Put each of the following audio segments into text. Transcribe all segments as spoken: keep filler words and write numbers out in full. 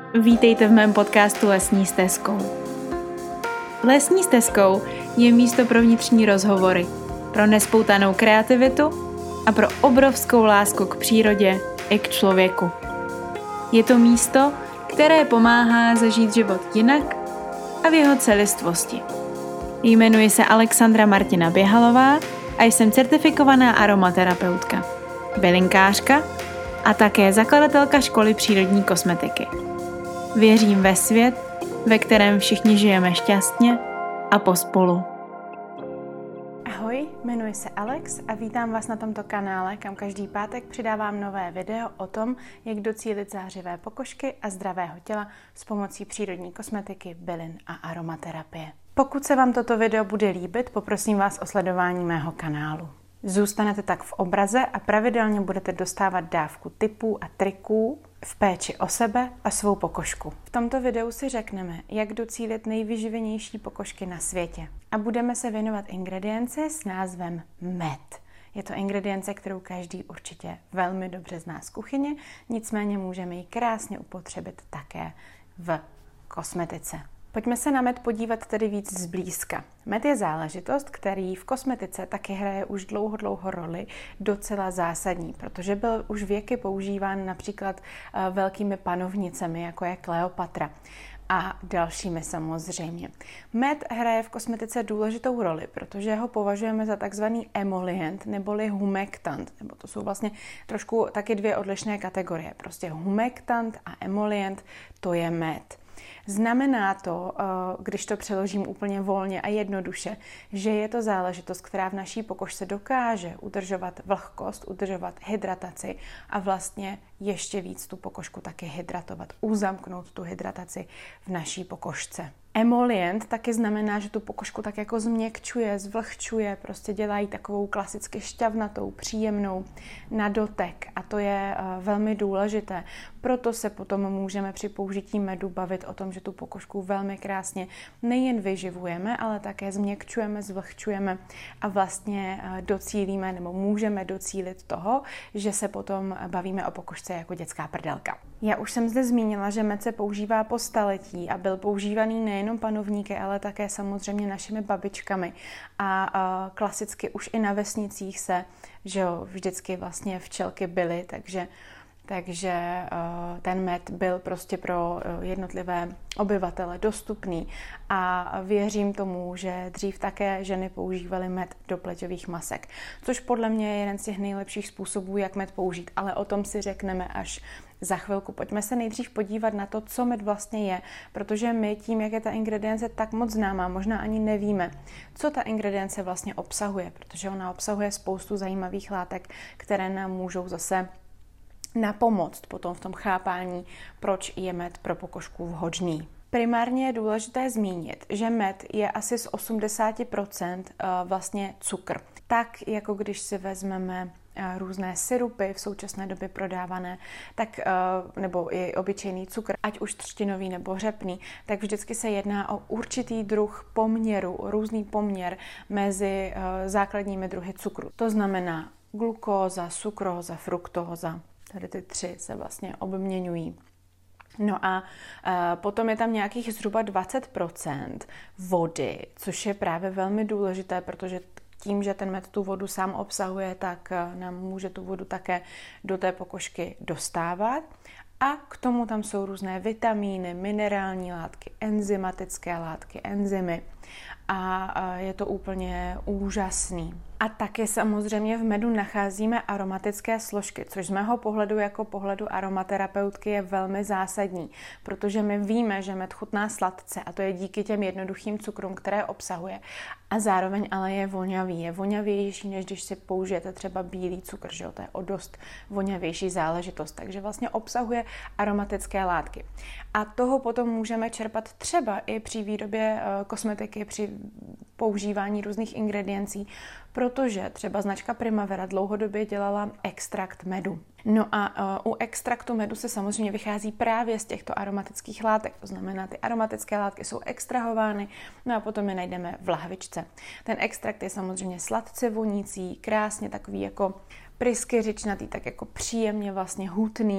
Vítejte v mém podcastu Lesní stezkou. Lesní stezkou je místo pro vnitřní rozhovory, pro nespoutanou kreativitu a pro obrovskou lásku k přírodě i k člověku. Je to místo, které pomáhá zažít život jinak a v jeho celistvosti. Jmenuji se Alexandra Martina Běhalová a jsem certifikovaná aromaterapeutka, bylinkářka a také zakladatelka školy přírodní kosmetiky. Věřím ve svět, ve kterém všichni žijeme šťastně a pospolu. Ahoj, jmenuji se Alex a vítám vás na tomto kanále, kam každý pátek přidávám nové video o tom, jak docílit zářivé pokožky a zdravého těla s pomocí přírodní kosmetiky, bylin a aromaterapie. Pokud se vám toto video bude líbit, poprosím vás o sledování mého kanálu. Zůstanete tak v obraze a pravidelně budete dostávat dávku tipů a triků v péči o sebe a svou pokožku. V tomto videu si řekneme, jak docílit nejvyživenější pokožky na světě. A budeme se věnovat ingredienci s názvem med. Je to ingredience, kterou každý určitě velmi dobře zná z kuchyně, nicméně můžeme ji krásně upotřebit také v kosmetice. Pojďme se na med podívat tedy víc zblízka. Med je záležitost, který v kosmetice taky hraje už dlouho, dlouho roli, docela zásadní, protože byl už věky používán například velkými panovnicemi, jako je Kleopatra a dalšími samozřejmě. Med hraje v kosmetice důležitou roli, protože ho považujeme za takzvaný emolient neboli humektant, nebo to jsou vlastně trošku taky dvě odlišné kategorie. Prostě humektant a emolient, to je med. Znamená to, když to přeložím úplně volně a jednoduše, že je to záležitost, která v naší pokožce dokáže udržovat vlhkost, udržovat hydrataci a vlastně ještě víc tu pokožku taky hydratovat, uzamknout tu hydrataci v naší pokožce. Emolient taky znamená, že tu pokožku tak jako změkčuje, zvlhčuje, prostě dělají takovou klasicky šťavnatou, příjemnou na dotek a to je uh, velmi důležité. Proto se potom můžeme při použití medu bavit o tom, že tu pokožku velmi krásně nejen vyživujeme, ale také změkčujeme, zvlhčujeme a vlastně uh, docílíme nebo můžeme docílit toho, že se potom bavíme o pokožce jako dětská prdelka. Já už jsem zde zmínila, že med se používá po staletí a byl používaný nejenom panovníky, ale také samozřejmě našimi babičkami. A, a klasicky už i na vesnicích se, že jo, vždycky vlastně včelky byly, takže Takže ten med byl prostě pro jednotlivé obyvatele dostupný a věřím tomu, že dřív také ženy používaly med do pleťových masek, což podle mě je jeden z těch nejlepších způsobů, jak med použít, ale o tom si řekneme až za chvilku. Pojďme se nejdřív podívat na to, co med vlastně je, protože my tím, jak je ta ingredience tak moc známá, možná ani nevíme, co ta ingredience vlastně obsahuje, protože ona obsahuje spoustu zajímavých látek, které nám můžou zase napomoct potom v tom chápání, proč je med pro pokožku vhodný. Primárně je důležité zmínit, že med je asi z osmdesát procent vlastně cukr. Tak, jako když si vezmeme různé syrupy v současné době prodávané, tak, nebo i obyčejný cukr, ať už třtinový nebo řepný, tak vždycky se jedná o určitý druh poměru, různý poměr mezi základními druhy cukru. To znamená glukóza, sukróza, fruktóza. Tady ty tři se vlastně obměňují. No a e, potom je tam nějakých zhruba dvacet procent vody, což je právě velmi důležité, protože tím, že ten med tu vodu sám obsahuje, tak nám může tu vodu také do té pokožky dostávat. A k tomu tam jsou různé vitamíny, minerální látky, enzymatické látky, enzymy. A je to úplně úžasný. A taky samozřejmě v medu nacházíme aromatické složky, což z mého pohledu jako pohledu aromaterapeutky je velmi zásadní, protože my víme, že med chutná sladce a to je díky těm jednoduchým cukrům, které obsahuje. A zároveň ale je voňavý. Je voňavější, než když si použijete třeba bílý cukr, že jo? To je o dost voňavější záležitost. Takže vlastně obsahuje aromatické látky. A toho potom můžeme čerpat třeba i při výrobě kosmetiky, při používání různých ingrediencí, protože třeba značka Primavera dlouhodobě dělala extrakt medu. No a uh, u extraktu medu se samozřejmě vychází právě z těchto aromatických látek. To znamená, ty aromatické látky jsou extrahovány, no a potom je najdeme v lahvičce. Ten extrakt je samozřejmě sladce vonící, krásně takový jako pryskyřičnatý, tak jako příjemně vlastně hutný.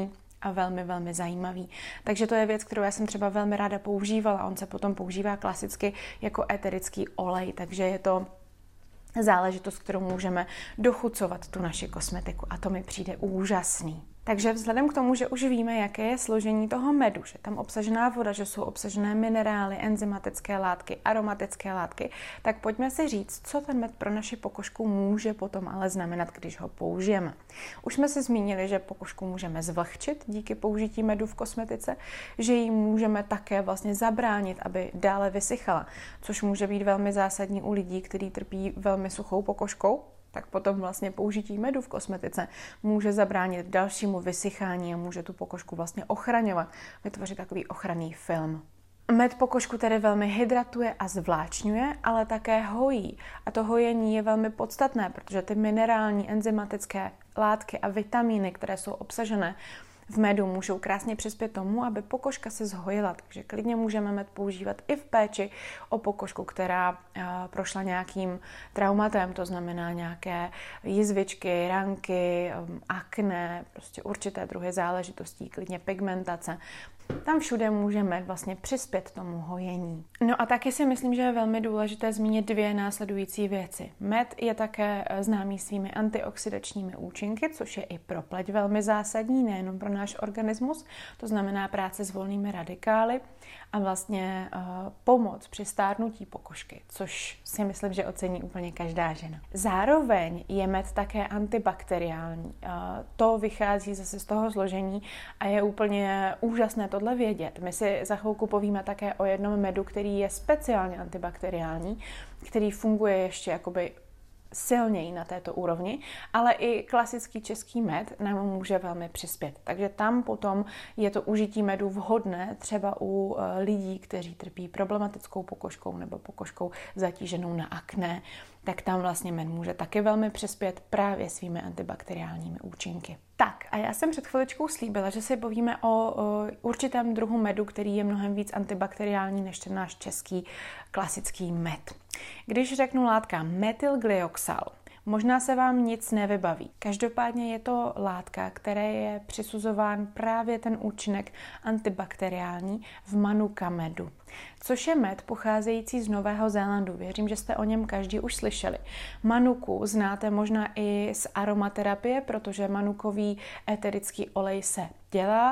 a velmi, velmi zajímavý. Takže to je věc, kterou já jsem třeba velmi ráda používala. On se potom používá klasicky jako eterický olej, takže je to záležitost, kterou můžeme dochucovat tu naši kosmetiku a to mi přijde úžasný. Takže vzhledem k tomu, že už víme, jaké je složení toho medu, že tam obsažená voda, že jsou obsažené minerály, enzymatické látky, aromatické látky, tak pojďme si říct, co ten med pro naši pokožku může potom ale znamenat, když ho použijeme. Už jsme si zmínili, že pokožku můžeme zvlhčit díky použití medu v kosmetice, že ji můžeme také vlastně zabránit, aby dále vysychala, což může být velmi zásadní u lidí, kteří trpí velmi suchou pokožkou. Tak potom vlastně použití medu v kosmetice může zabránit dalšímu vysychání a může tu pokožku vlastně ochraňovat, vytvořit takový ochranný film. Med pokožku tedy velmi hydratuje a zvláčňuje, ale také hojí. A to hojení je velmi podstatné, protože ty minerální, enzymatické látky a vitamíny, které jsou obsažené v medu, můžou krásně přispět tomu, aby pokožka se zhojila. Takže klidně můžeme med používat i v péči o pokožku, která uh, prošla nějakým traumatem, to znamená nějaké jizvičky, ranky, um, akné, prostě určité druhy záležitostí, klidně pigmentace. Tam všude můžeme vlastně přispět tomu hojení. No a taky si myslím, že je velmi důležité zmínit dvě následující věci. Med je také známý svými antioxidačními účinky, což je i pro pleť velmi zásadní, nejenom pro náš organismus, to znamená práce s volnými radikály a vlastně uh, pomoc při stárnutí pokožky, což si myslím, že ocení úplně každá žena. Zároveň je med také antibakteriální. Uh, to vychází zase z toho složení a je úplně úžasné tohle vědět. My si za chvilku povíme také o jednom medu, který je speciálně antibakteriální, který funguje ještě jakoby silněji na této úrovni, ale i klasický český med nám může velmi přispět. Takže tam potom je to užití medu vhodné třeba u lidí, kteří trpí problematickou pokožkou nebo pokožkou zatíženou na akné, tak tam vlastně med může taky velmi přispět právě svými antibakteriálními účinky. Tak a já jsem před chviličkou slíbila, že si povíme o, o určitém druhu medu, který je mnohem víc antibakteriální než ten náš český klasický med. Když řeknu látka metylglyoxal, možná se vám nic nevybaví. Každopádně je to látka, které je přisuzován právě ten účinek antibakteriální v manuka medu, což je med pocházející z Nového Zélandu. Věřím, že jste o něm každý už slyšeli. Manuku znáte možná i z aromaterapie, protože manukový eterický olej se dělá,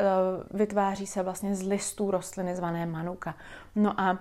vytváří se vlastně z listů rostliny zvané manuka. No a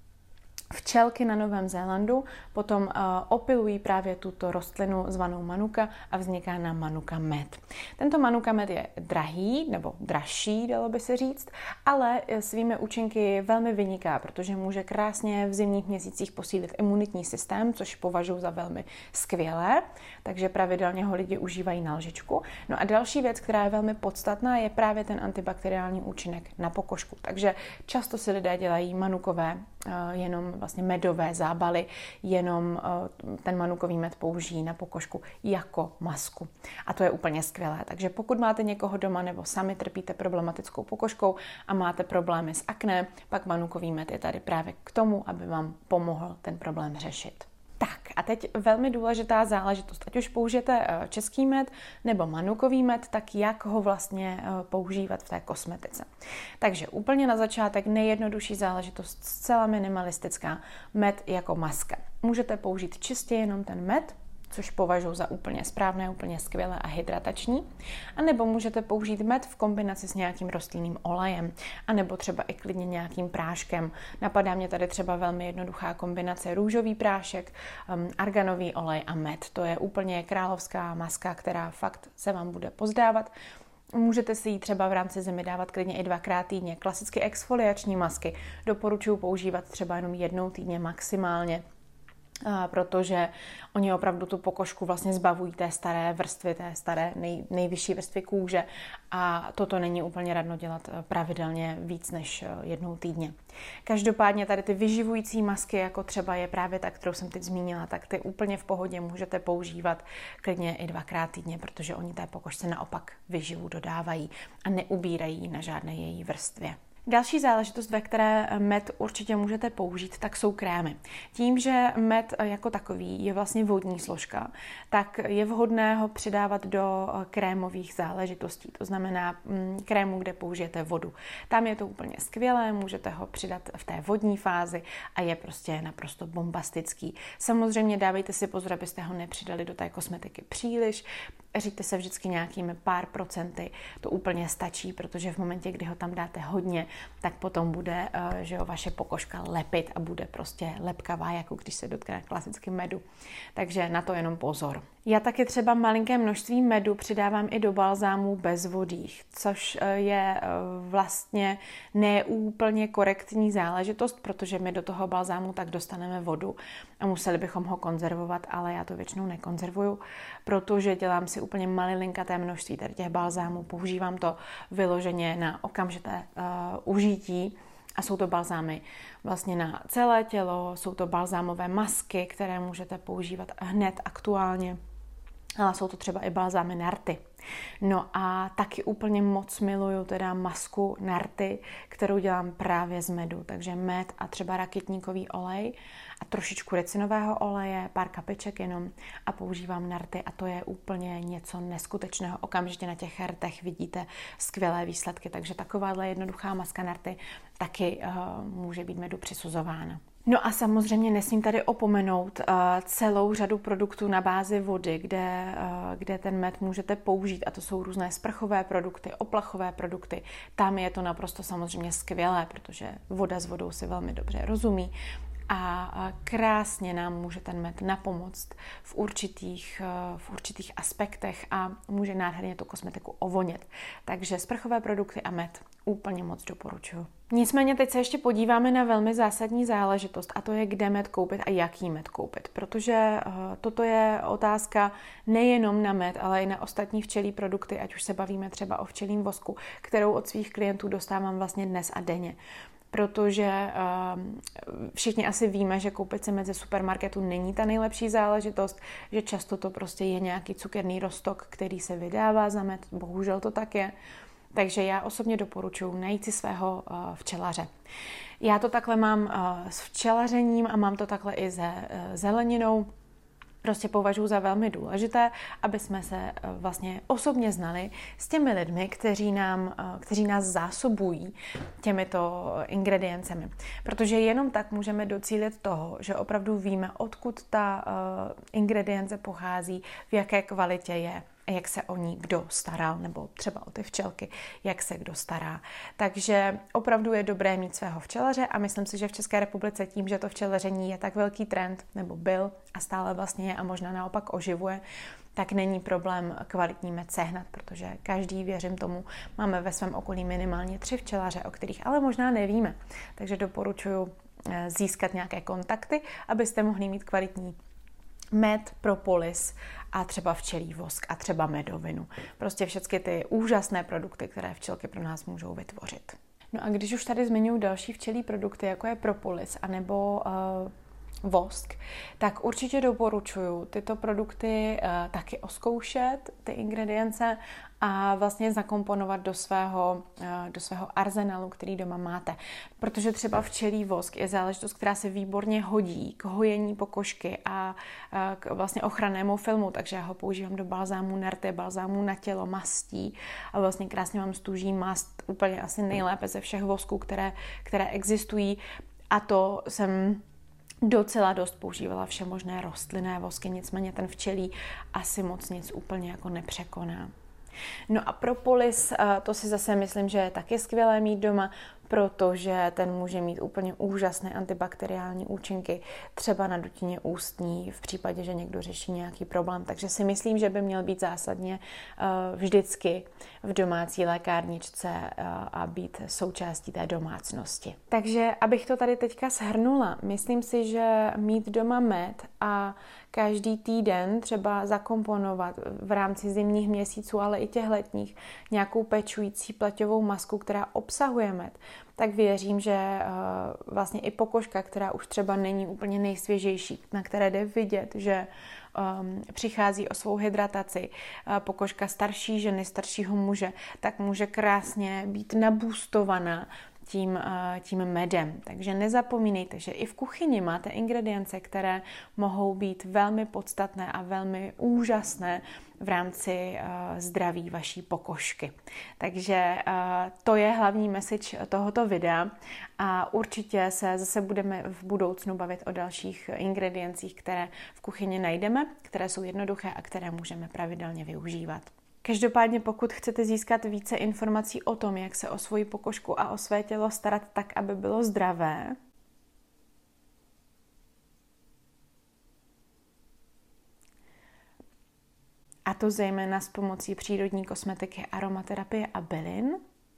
včelky na Novém Zélandu potom uh, opilují právě tuto rostlinu zvanou manuka a vzniká nám manuka med. Tento manuka med je drahý, nebo dražší, dalo by se říct, ale svými účinky velmi vyniká, protože může krásně v zimních měsících posílit imunitní systém, což považuji za velmi skvělé, takže pravidelně ho lidi užívají na lžičku. No a další věc, která je velmi podstatná, je právě ten antibakteriální účinek na pokožku. Takže často si lidé dělají manukové uh, jenom vlastně medové zábaly, jenom ten manukový med použijí na pokožku jako masku. A to je úplně skvělé. Takže pokud máte někoho doma nebo sami trpíte problematickou pokožkou a máte problémy s akné, pak manukový med je tady právě k tomu, aby vám pomohl ten problém řešit. Tak a teď velmi důležitá záležitost. Ať už použijete český med nebo manukový med, tak jak ho vlastně používat v té kosmetice. Takže úplně na začátek nejjednodušší záležitost, zcela minimalistická, med jako maska. Můžete použít čistě jenom ten med, což považuji za úplně správné, úplně skvělé a hydratační. A nebo můžete použít med v kombinaci s nějakým rostlinným olejem, a nebo třeba i klidně nějakým práškem. Napadá mě tady třeba velmi jednoduchá kombinace růžový prášek, um, arganový olej a med. To je úplně královská maska, která fakt se vám bude pozdávat. Můžete si ji třeba v rámci zimy dávat klidně i dvakrát týdně. Klasicky exfoliační masky doporučuji používat třeba jenom jednou týdně maximálně, protože oni opravdu tu pokožku vlastně zbavují té staré vrstvy, té staré nej, nejvyšší vrstvy kůže a toto není úplně radno dělat pravidelně víc než jednou týdně. Každopádně tady ty vyživující masky, jako třeba je právě ta, kterou jsem teď zmínila, tak ty úplně v pohodě můžete používat klidně i dvakrát týdně, protože oni té pokožce naopak vyživu dodávají a neubírají na žádné její vrstvě. Další záležitost, ve které med určitě můžete použít, tak jsou krémy. Tím, že med jako takový je vlastně vodní složka, tak je vhodné ho přidávat do krémových záležitostí. To znamená krému, kde použijete vodu. Tam je to úplně skvělé, můžete ho přidat v té vodní fázi a je prostě naprosto bombastický. Samozřejmě dávejte si pozor, abyste ho nepřidali do té kosmetiky příliš. Řiďte se vždycky nějakými pár procenty, to úplně stačí, protože v momentě, kdy ho tam dáte hodně, tak potom bude, že jo, vaše pokožka lepit a bude prostě lepkavá, jako když se dotkne klasicky medu. Takže na to jenom pozor. Já taky třeba malinké množství medu přidávám i do balzámů bezvodých, což je vlastně neúplně korektní záležitost, protože my do toho balzámu tak dostaneme vodu a museli bychom ho konzervovat, ale já to většinou nekonzervuju, protože dělám si úplně malilinkaté množství tady těch balzámů, používám to vyloženě na okamžité uh, užití. A jsou to balzámy vlastně na celé tělo, jsou to balzámové masky, které můžete používat hned aktuálně, ale jsou to třeba i balzámy na rty. No a taky úplně moc miluju teda masku na rty, kterou dělám právě z medu, takže med a třeba rakitníkový olej a trošičku ricinového oleje, pár kapiček jenom a používám na rty a to je úplně něco neskutečného. Okamžitě na těch rtech vidíte skvělé výsledky, takže takováhle jednoduchá maska na rty taky uh, může být medu přisuzována. No a samozřejmě nesmím tady opomenout uh, celou řadu produktů na bázi vody, kde, uh, kde ten med můžete použít a to jsou různé sprchové produkty, oplachové produkty. Tam je to naprosto samozřejmě skvělé, protože voda s vodou si velmi dobře rozumí a krásně nám může ten med napomoct v určitých, v určitých aspektech a může nádherně tu kosmetiku ovonět. Takže sprchové produkty a med úplně moc doporučuji. Nicméně teď se ještě podíváme na velmi zásadní záležitost a to je, kde med koupit a jaký med koupit, protože uh, toto je otázka nejenom na med, ale i na ostatní včelí produkty, ať už se bavíme třeba o včelím vosku, kterou od svých klientů dostávám vlastně dnes a denně. Protože uh, všichni asi víme, že koupit si med ze supermarketu není ta nejlepší záležitost, že často to prostě je nějaký cukerný roztok, který se vydává za med, bohužel to tak je. Takže já osobně doporučuji najít si svého uh, včelaře. Já to takhle mám uh, s včelařením a mám to takhle i se uh, zeleninou. Prostě považuji za velmi důležité, aby jsme se uh, vlastně osobně znali s těmi lidmi, kteří, nám, uh, kteří nás zásobují těmito ingrediencemi. Protože jenom tak můžeme docílit toho, že opravdu víme, odkud ta uh, ingredience pochází, v jaké kvalitě je, jak se o ní kdo staral, nebo třeba o ty včelky, jak se kdo stará. Takže opravdu je dobré mít svého včelaře a myslím si, že v České republice tím, že to včelaření je tak velký trend, nebo byl a stále vlastně je a možná naopak oživuje, tak není problém kvalitní med sehnat, protože každý, věřím tomu, máme ve svém okolí minimálně tři včelaře, o kterých ale možná nevíme. Takže doporučuji získat nějaké kontakty, abyste mohli mít kvalitní med, propolis a třeba včelí vosk a třeba medovinu. Prostě všechny ty úžasné produkty, které včelky pro nás můžou vytvořit. No a když už tady zmiňuji další včelí produkty, jako je propolis anebo uh, vosk, tak určitě doporučuji tyto produkty uh, taky oskoušet, ty ingredience a vlastně zakomponovat do svého, uh, do svého arzenálu, který doma máte. Protože třeba včelí vosk je záležitost, která se výborně hodí k hojení pokožky a uh, k vlastně ochrannému filmu, takže já ho používám do balzámu na rty, balzámu na tělo, mastí a vlastně krásně mám stuží mast úplně asi nejlépe ze všech vosků, které, které existují a to jsem docela dost používala všemožné rostlinné vosky, nicméně ten včelí asi moc nic úplně jako nepřekoná. No a propolis, to si zase myslím, že je taky skvělé mít doma, protože ten může mít úplně úžasné antibakteriální účinky, třeba na dutině ústní, v případě, že někdo řeší nějaký problém. Takže si myslím, že by měl být zásadně vždycky v domácí lékárničce a být součástí té domácnosti. Takže abych to tady teďka shrnula, myslím si, že mít doma med a každý týden třeba zakomponovat v rámci zimních měsíců, ale i těch letních, nějakou pečující pleťovou masku, která obsahuje med, tak věřím, že uh, vlastně i pokožka, která už třeba není úplně nejsvěžejší, na které jde vidět, že um, přichází o svou hydrataci, uh, pokožka starší ženy, staršího muže, tak může krásně být naboostovaná tím, tím medem. Takže nezapomínejte, že i v kuchyni máte ingredience, které mohou být velmi podstatné a velmi úžasné v rámci zdraví vaší pokožky. Takže to je hlavní message tohoto videa a určitě se zase budeme v budoucnu bavit o dalších ingrediencích, které v kuchyni najdeme, které jsou jednoduché a které můžeme pravidelně využívat. Každopádně pokud chcete získat více informací o tom, jak se o svoji pokožku a o své tělo starat tak, aby bylo zdravé, a to zejména s pomocí přírodní kosmetiky, aromaterapie a bylin,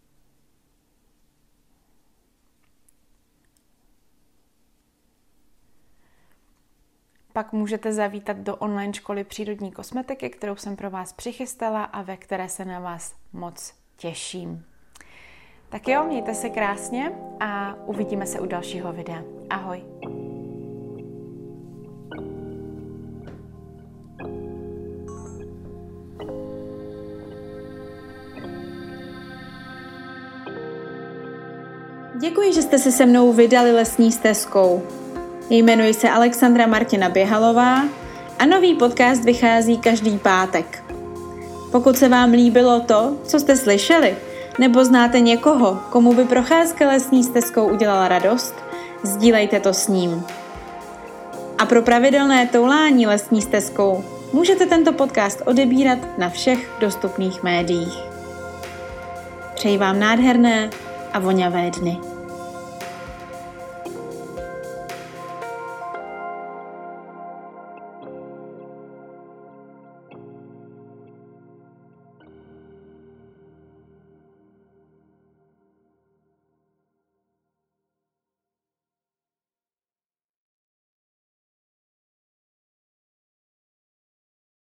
pak můžete zavítat do online školy přírodní kosmetiky, kterou jsem pro vás přichystala a ve které se na vás moc těším. Tak jo, mějte se krásně a uvidíme se u dalšího videa. Ahoj! Děkuji, že jste se se mnou vydali lesní stezkou. Jmenuji se Alexandra Martina Běhalová a nový podcast vychází každý pátek. Pokud se vám líbilo to, co jste slyšeli, nebo znáte někoho, komu by procházka lesní stezkou udělala radost, sdílejte to s ním. A pro pravidelné toulání lesní stezkou můžete tento podcast odebírat na všech dostupných médiích. Přeji vám nádherné a voňavé dny.